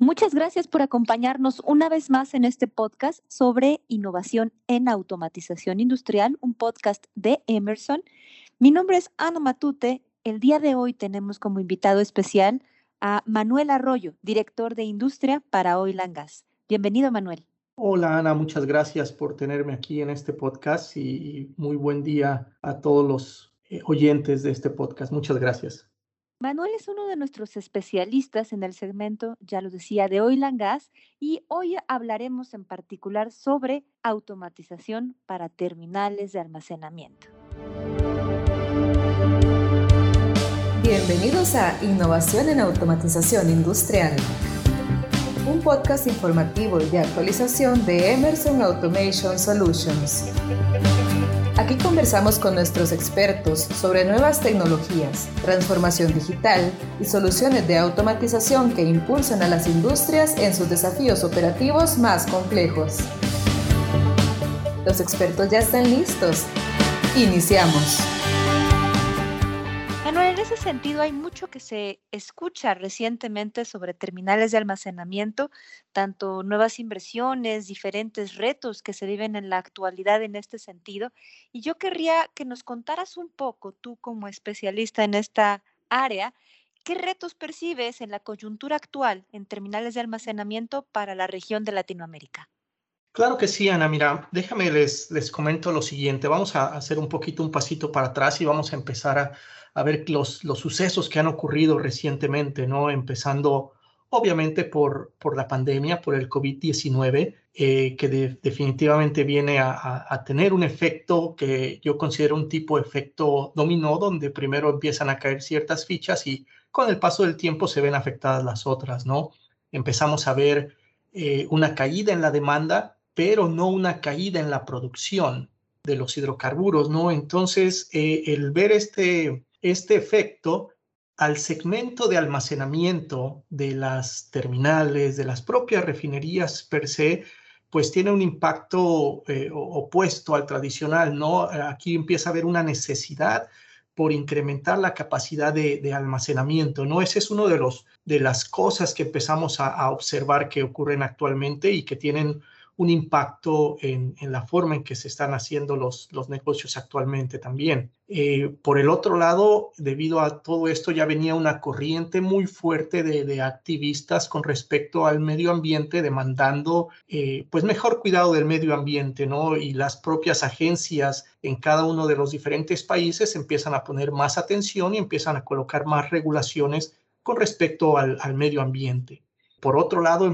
Muchas gracias por acompañarnos una vez más en este podcast sobre innovación en automatización industrial, un podcast de Emerson. Mi nombre es Ana Matute. El día de hoy tenemos como invitado especial a Manuel Arroyo, director de industria para Oil and Gas. Bienvenido, Manuel. Hola Ana, muchas gracias por tenerme aquí en este podcast y muy buen día a todos los oyentes de este podcast. Muchas gracias. Manuel es uno de nuestros especialistas en el segmento, ya lo decía, de Oil and Gas, y hoy hablaremos en particular sobre automatización para terminales de almacenamiento. Bienvenidos a Innovación en Automatización Industrial, un podcast informativo y de actualización de Emerson Automation Solutions. Aquí conversamos con nuestros expertos sobre nuevas tecnologías, transformación digital y soluciones de automatización que impulsan a las industrias en sus desafíos operativos más complejos. Los expertos ya están listos. Iniciamos. Manuel, en ese sentido hay mucho que se escucha recientemente sobre terminales de almacenamiento, tanto nuevas inversiones, diferentes retos que se viven en la actualidad en este sentido. Y yo querría que nos contaras un poco, tú como especialista en esta área, ¿qué retos percibes en la coyuntura actual en terminales de almacenamiento para la región de Latinoamérica? Claro que sí, Ana. Mira, déjame les comento lo siguiente. Vamos a hacer un pasito para atrás y vamos a empezar a ver los sucesos que han ocurrido recientemente, ¿no? Empezando obviamente por la pandemia, por el COVID-19, que definitivamente viene a tener un efecto que yo considero un tipo de efecto dominó, donde primero empiezan a caer ciertas fichas y con el paso del tiempo se ven afectadas las otras, ¿no? Empezamos a ver una caída en la demanda, pero no una caída en la producción de los hidrocarburos, ¿no? Entonces, el ver este efecto al segmento de almacenamiento de las terminales, de las propias refinerías per se, pues tiene un impacto opuesto al tradicional, ¿no? Aquí empieza a haber una necesidad por incrementar la capacidad de almacenamiento, ¿no? Ese es uno de las cosas que empezamos a observar que ocurren actualmente y que tienen un impacto en la forma en que se están haciendo los negocios actualmente también. Por el otro lado, debido a todo esto, ya venía una corriente muy fuerte de activistas con respecto al medio ambiente, demandando pues mejor cuidado del medio ambiente, ¿no? Y las propias agencias en cada uno de los diferentes países empiezan a poner más atención y empiezan a colocar más regulaciones con respecto al medio ambiente. Por otro lado,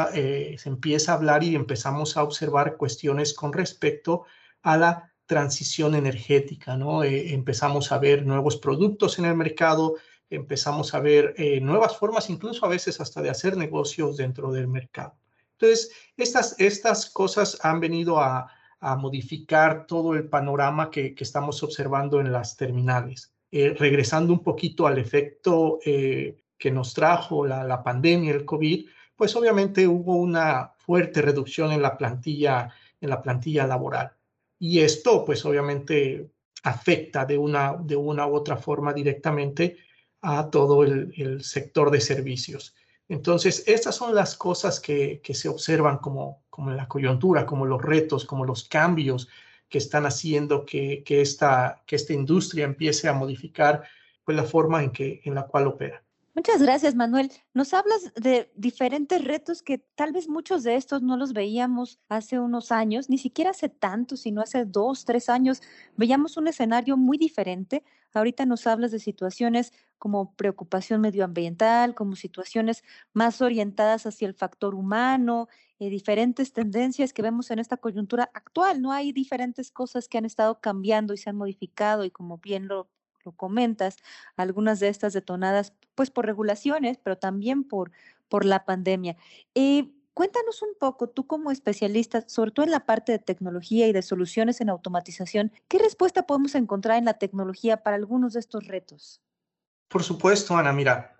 se empieza a hablar y empezamos a observar cuestiones con respecto a la transición energética, ¿no? Empezamos a ver nuevos productos en el mercado, empezamos a ver nuevas formas, incluso a veces hasta de hacer negocios dentro del mercado. Entonces, estas cosas han venido a modificar todo el panorama que estamos observando en las terminales. Regresando un poquito al efecto que nos trajo la pandemia, el COVID, pues obviamente hubo una fuerte reducción en la plantilla laboral. Y esto, pues obviamente afecta de una u otra forma directamente a todo el sector de servicios. Entonces, estas son las cosas que se observan como en la coyuntura, como los retos, como los cambios que están haciendo que esta industria empiece a modificar pues, la forma en la cual opera. Muchas gracias, Manuel. Nos hablas de diferentes retos que tal vez muchos de estos no los veíamos hace unos años, ni siquiera hace tanto, sino hace 2, 3 años veíamos un escenario muy diferente. Ahorita nos hablas de situaciones como preocupación medioambiental, como situaciones más orientadas hacia el factor humano, diferentes tendencias que vemos en esta coyuntura actual, ¿no? Hay diferentes cosas que han estado cambiando y se han modificado y como bien lo comentas, algunas de estas detonadas pues por regulaciones, pero también por la pandemia. Cuéntanos un poco, tú como especialista, sobre todo en la parte de tecnología y de soluciones en automatización, ¿qué respuesta podemos encontrar en la tecnología para algunos de estos retos? Por supuesto, Ana, mira,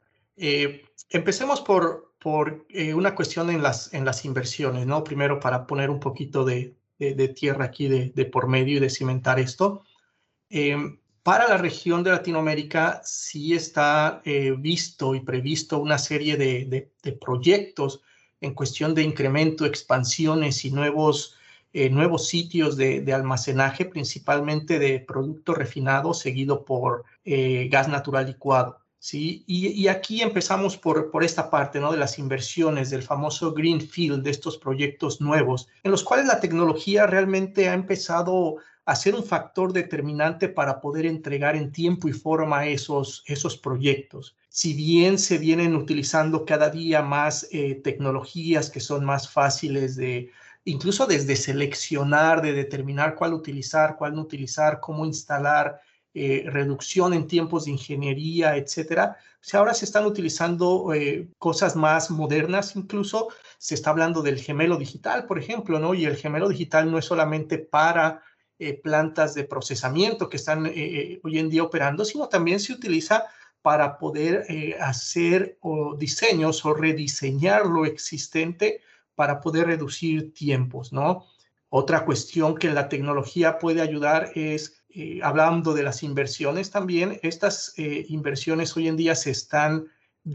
empecemos por una cuestión en las inversiones, ¿no? Primero, para poner un poquito de tierra aquí de por medio y de cimentar esto. Para la región de Latinoamérica sí está visto y previsto una serie de proyectos en cuestión de incremento, expansiones y nuevos sitios de almacenaje, principalmente de producto refinado, seguido por gas natural licuado. ¿Sí? Y aquí empezamos por esta parte, ¿no? De las inversiones, del famoso Greenfield, de estos proyectos nuevos, en los cuales la tecnología realmente ha empezado a ser un factor determinante para poder entregar en tiempo y forma esos proyectos. Si bien se vienen utilizando cada día más tecnologías que son más fáciles incluso desde seleccionar, de determinar cuál utilizar, cuál no utilizar, cómo instalar, reducción en tiempos de ingeniería, etcétera. O sea, ahora se están utilizando cosas más modernas, incluso se está hablando del gemelo digital, por ejemplo, ¿no? Y el gemelo digital no es solamente para plantas de procesamiento que están hoy en día operando, sino también se utiliza para poder hacer diseños o rediseñar lo existente para poder reducir tiempos, ¿no? Otra cuestión que la tecnología puede ayudar es, hablando de las inversiones también, estas inversiones hoy en día se están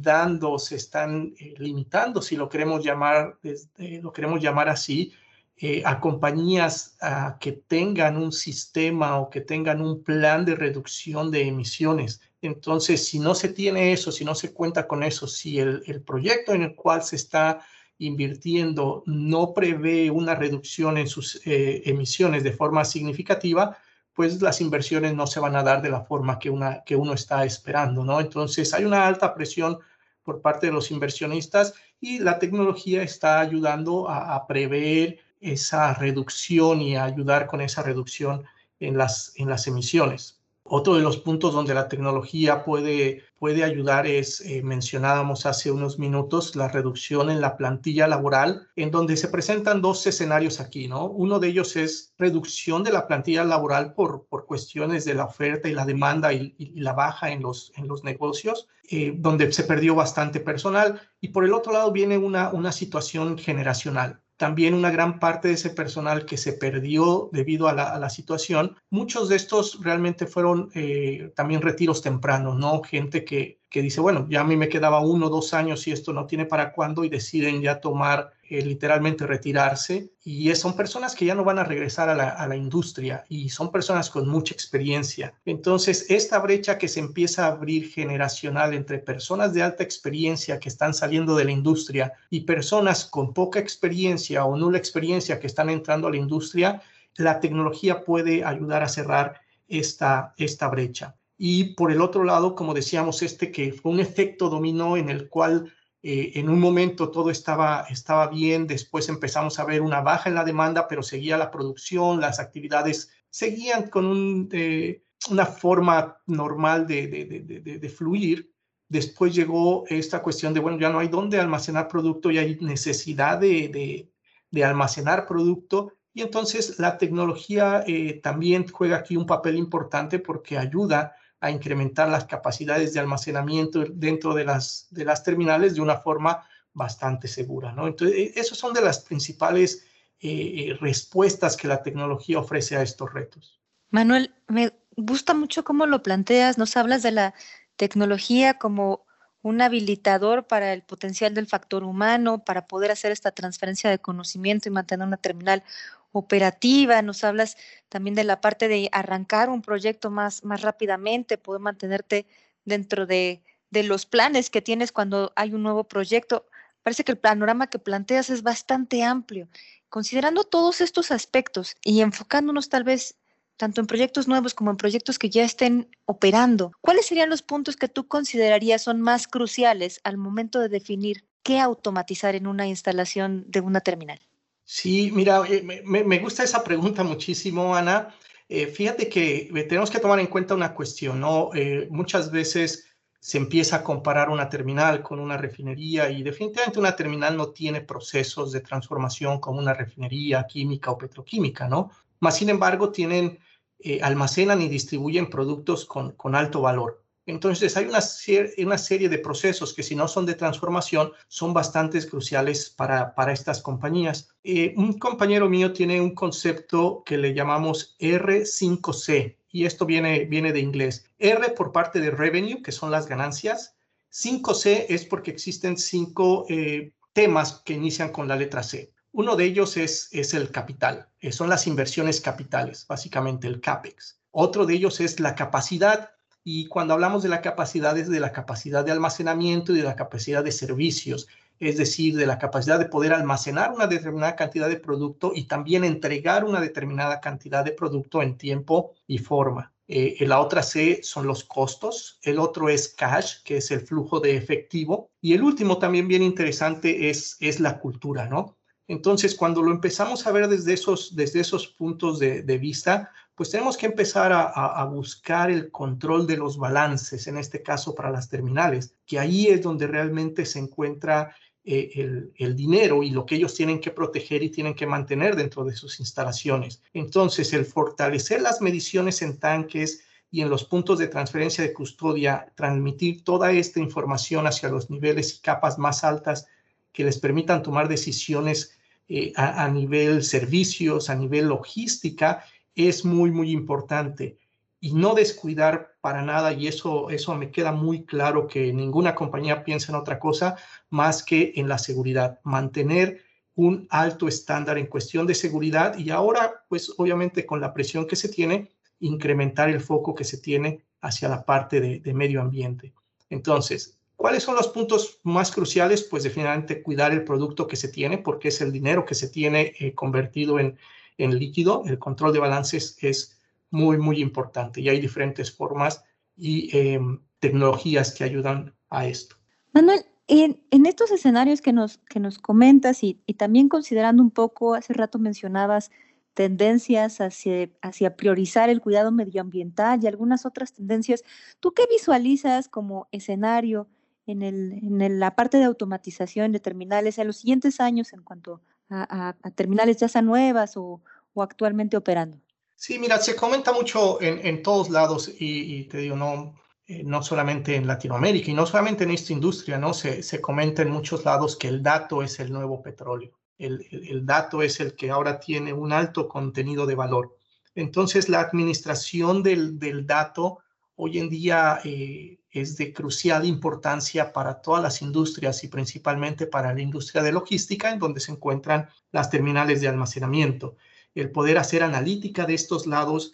limitando, si lo queremos llamar así, a compañías que tengan un sistema o que tengan un plan de reducción de emisiones. Entonces, si no se tiene eso, si no se cuenta con eso, si el proyecto en el cual se está invirtiendo no prevé una reducción en sus emisiones de forma significativa, pues las inversiones no se van a dar de la forma que uno está esperando, ¿no? Entonces hay una alta presión por parte de los inversionistas y la tecnología está ayudando a prever esa reducción y a ayudar con esa reducción en las emisiones. Otro de los puntos donde la tecnología puede ayudar es, mencionábamos hace unos minutos, la reducción en la plantilla laboral, en donde se presentan dos escenarios aquí, ¿no? Uno de ellos es reducción de la plantilla laboral por cuestiones de la oferta y la demanda y la baja en los negocios, donde se perdió bastante personal. Y por el otro lado viene una situación generacional. También una gran parte de ese personal que se perdió debido a la situación, muchos de estos realmente fueron también retiros tempranos, ¿no? Gente que dice, bueno, ya a mí me quedaba 1 o 2 años y esto no tiene para cuándo, y deciden ya tomar, literalmente retirarse. Y son personas que ya no van a regresar a la industria y son personas con mucha experiencia. Entonces, esta brecha que se empieza a abrir generacional entre personas de alta experiencia que están saliendo de la industria y personas con poca experiencia o nula experiencia que están entrando a la industria, la tecnología puede ayudar a cerrar esta brecha. Y por el otro lado, como decíamos, que fue un efecto dominó en el cual en un momento todo estaba bien, después empezamos a ver una baja en la demanda, pero seguía la producción, las actividades seguían con una forma normal de fluir. Después llegó esta cuestión de, bueno, ya no hay dónde almacenar producto y hay necesidad de almacenar producto. Y entonces la tecnología también juega aquí un papel importante porque ayuda a incrementar las capacidades de almacenamiento dentro de las terminales de una forma bastante segura, ¿no? Entonces, esas son de las principales respuestas que la tecnología ofrece a estos retos. Manuel, me gusta mucho cómo lo planteas. Nos hablas de la tecnología como un habilitador para el potencial del factor humano, para poder hacer esta transferencia de conocimiento y mantener una terminal operativa. Nos hablas también de la parte de arrancar un proyecto más rápidamente, poder mantenerte dentro de los planes que tienes cuando hay un nuevo proyecto. Parece que el panorama que planteas es bastante amplio. Considerando todos estos aspectos y enfocándonos tal vez tanto en proyectos nuevos como en proyectos que ya estén operando, ¿cuáles serían los puntos que tú considerarías son más cruciales al momento de definir qué automatizar en una instalación de una terminal? Sí, mira, me gusta esa pregunta muchísimo, Ana. Fíjate que tenemos que tomar en cuenta una cuestión, ¿no? Muchas veces se empieza a comparar una terminal con una refinería y definitivamente una terminal no tiene procesos de transformación como una refinería química o petroquímica, ¿no? Más sin embargo, almacenan y distribuyen productos con alto valor. Entonces, hay una serie de procesos que, si no son de transformación, son bastante cruciales para estas compañías. Un compañero mío tiene un concepto que le llamamos R5C. y esto viene de inglés. R por parte de revenue, que son las ganancias. 5C es porque existen 5 temas que inician con la letra C. Uno de ellos es el capital, son las inversiones capitales, básicamente el CAPEX. Otro de ellos es la capacidad, y cuando hablamos de la capacidad es de la capacidad de almacenamiento y de la capacidad de servicios, es decir, de la capacidad de poder almacenar una determinada cantidad de producto y también entregar una determinada cantidad de producto en tiempo y forma. La otra C son los costos, el otro es cash, que es el flujo de efectivo, y el último también bien interesante es la cultura, ¿no? Entonces, cuando lo empezamos a ver desde esos puntos de vista, pues tenemos que empezar a buscar el control de los balances, en este caso para las terminales, que ahí es donde realmente se encuentra el dinero y lo que ellos tienen que proteger y tienen que mantener dentro de sus instalaciones. Entonces, el fortalecer las mediciones en tanques y en los puntos de transferencia de custodia, transmitir toda esta información hacia los niveles y capas más altas que les permitan tomar decisiones a nivel servicios, a nivel logística, es muy, muy importante. Y no descuidar para nada, y eso me queda muy claro, que ninguna compañía piensa en otra cosa más que en la seguridad. Mantener un alto estándar en cuestión de seguridad, y ahora, pues obviamente con la presión que se tiene, incrementar el foco que se tiene hacia la parte de medio ambiente. Entonces, ¿cuáles son los puntos más cruciales? Pues definitivamente cuidar el producto que se tiene, porque es el dinero que se tiene convertido en líquido. El control de balances es muy, muy importante, y hay diferentes formas y tecnologías que ayudan a esto. Manuel, en estos escenarios que nos comentas y también considerando un poco, hace rato mencionabas tendencias hacia priorizar el cuidado medioambiental y algunas otras tendencias, ¿tú qué visualizas como escenario en la parte de automatización de terminales en los siguientes años en cuanto a terminales ya sean nuevas o actualmente operando? Sí, mira, se comenta mucho en todos lados, y te digo, no solamente en Latinoamérica y no solamente en esta industria, ¿no? Se comenta en muchos lados que el dato es el nuevo petróleo. El dato es el que ahora tiene un alto contenido de valor. Entonces, la administración del dato hoy en día es de crucial importancia para todas las industrias, y principalmente para la industria de logística, en donde se encuentran las terminales de almacenamiento. El poder hacer analítica de estos datos,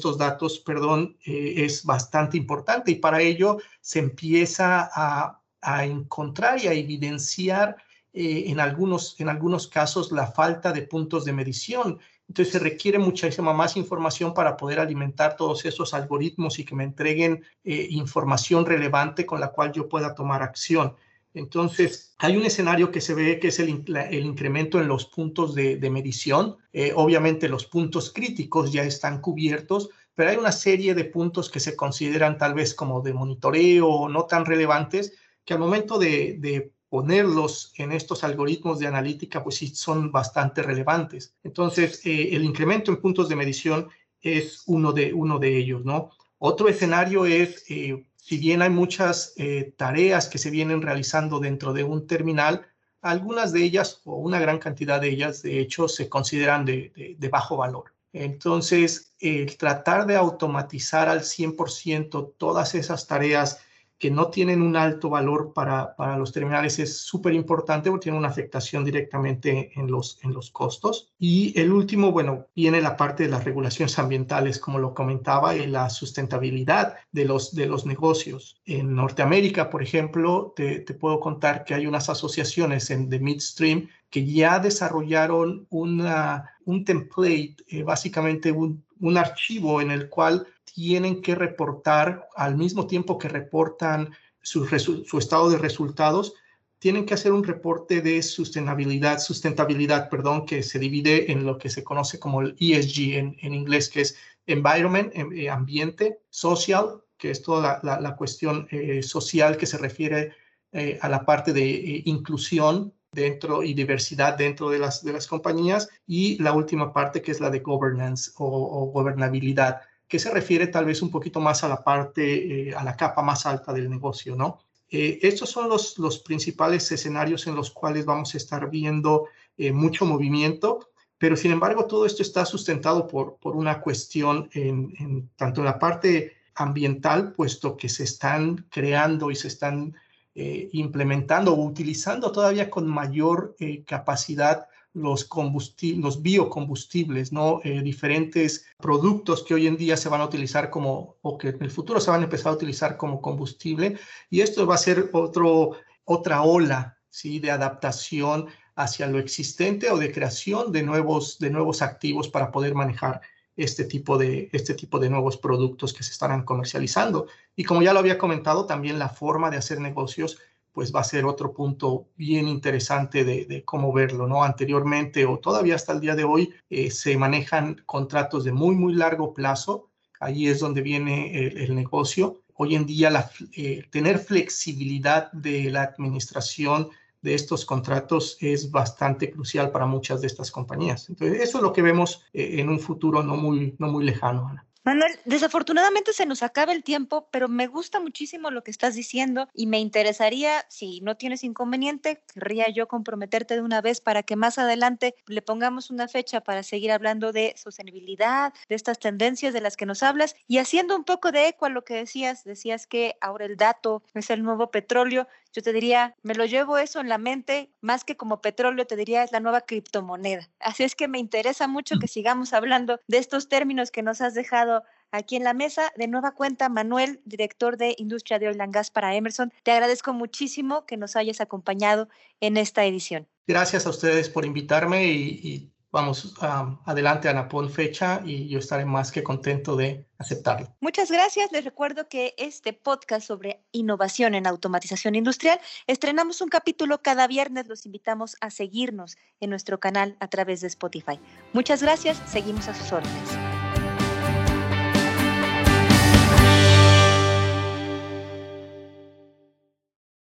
es bastante importante, y para ello se empieza a encontrar y a evidenciar en algunos casos la falta de puntos de medición. Entonces se requiere muchísima más información para poder alimentar todos esos algoritmos y que me entreguen información relevante con la cual yo pueda tomar acción. Entonces, hay un escenario que se ve, que es el incremento en los puntos de medición. Obviamente los puntos críticos ya están cubiertos, pero hay una serie de puntos que se consideran tal vez como de monitoreo o no tan relevantes, que al momento de ponerlos en estos algoritmos de analítica, pues sí son bastante relevantes. Entonces, el incremento en puntos de medición es uno de ellos, ¿no? Otro escenario es, si bien hay muchas tareas que se vienen realizando dentro de un terminal, algunas de ellas, o una gran cantidad de ellas, de hecho, se consideran de bajo valor. Entonces, tratar de automatizar al 100% todas esas tareas que no tienen un alto valor para los terminales es súper importante, porque tiene una afectación directamente en los costos. Y el último, bueno, viene la parte de las regulaciones ambientales, como lo comentaba, y la sustentabilidad de los negocios. En Norteamérica, por ejemplo, te puedo contar que hay unas asociaciones de midstream que ya desarrollaron un template, básicamente un archivo en el cual tienen que reportar, al mismo tiempo que reportan su estado de resultados, tienen que hacer un reporte de sustentabilidad, que se divide en lo que se conoce como el ESG en inglés, que es Environment, ambiente, social, que es toda la cuestión social que se refiere a la parte de inclusión dentro y diversidad dentro de las compañías, y la última parte, que es la de governance o gobernabilidad, que se refiere tal vez un poquito más a la parte, a la capa más alta del negocio, ¿no? Estos son los principales escenarios en los cuales vamos a estar viendo mucho movimiento, pero sin embargo todo esto está sustentado por una cuestión tanto en la parte ambiental, puesto que se están creando y se están implementando o utilizando todavía con mayor capacidad los biocombustibles, ¿no? Diferentes productos que hoy en día se van a utilizar o que en el futuro se van a empezar a utilizar como combustible, y esto va a ser otra ola, ¿sí?, de adaptación hacia lo existente o de creación de nuevos activos para poder manejar este tipo de nuevos productos que se estarán comercializando. Y como ya lo había comentado, también la forma de hacer negocios pues va a ser otro punto bien interesante de cómo verlo, ¿no? Anteriormente o todavía hasta el día de hoy se manejan contratos de muy, muy largo plazo. Ahí es donde viene el negocio. Hoy en día tener flexibilidad de la administración de estos contratos es bastante crucial para muchas de estas compañías. Entonces, eso es lo que vemos en un futuro no muy lejano, Ana. Manuel, desafortunadamente se nos acaba el tiempo, pero me gusta muchísimo lo que estás diciendo y me interesaría, si no tienes inconveniente, querría yo comprometerte de una vez para que más adelante le pongamos una fecha para seguir hablando de sostenibilidad, de estas tendencias de las que nos hablas, y haciendo un poco de eco a lo que decías que ahora el dato es el nuevo petróleo. Yo te diría, me lo llevo eso en la mente, más que como petróleo, te diría es la nueva criptomoneda. Así es que me interesa mucho que sigamos hablando de estos términos que nos has dejado aquí en la mesa. De nueva cuenta, Manuel, director de Industria de Oil and Gas para Emerson, te agradezco muchísimo que nos hayas acompañado en esta edición. Gracias a ustedes por invitarme y vamos adelante, Ana, pon fecha y yo estaré más que contento de aceptarlo. Muchas gracias. Les recuerdo que este podcast sobre innovación en automatización industrial, estrenamos un capítulo cada viernes. Los invitamos a seguirnos en nuestro canal a través de Spotify. Muchas gracias. Seguimos a sus órdenes.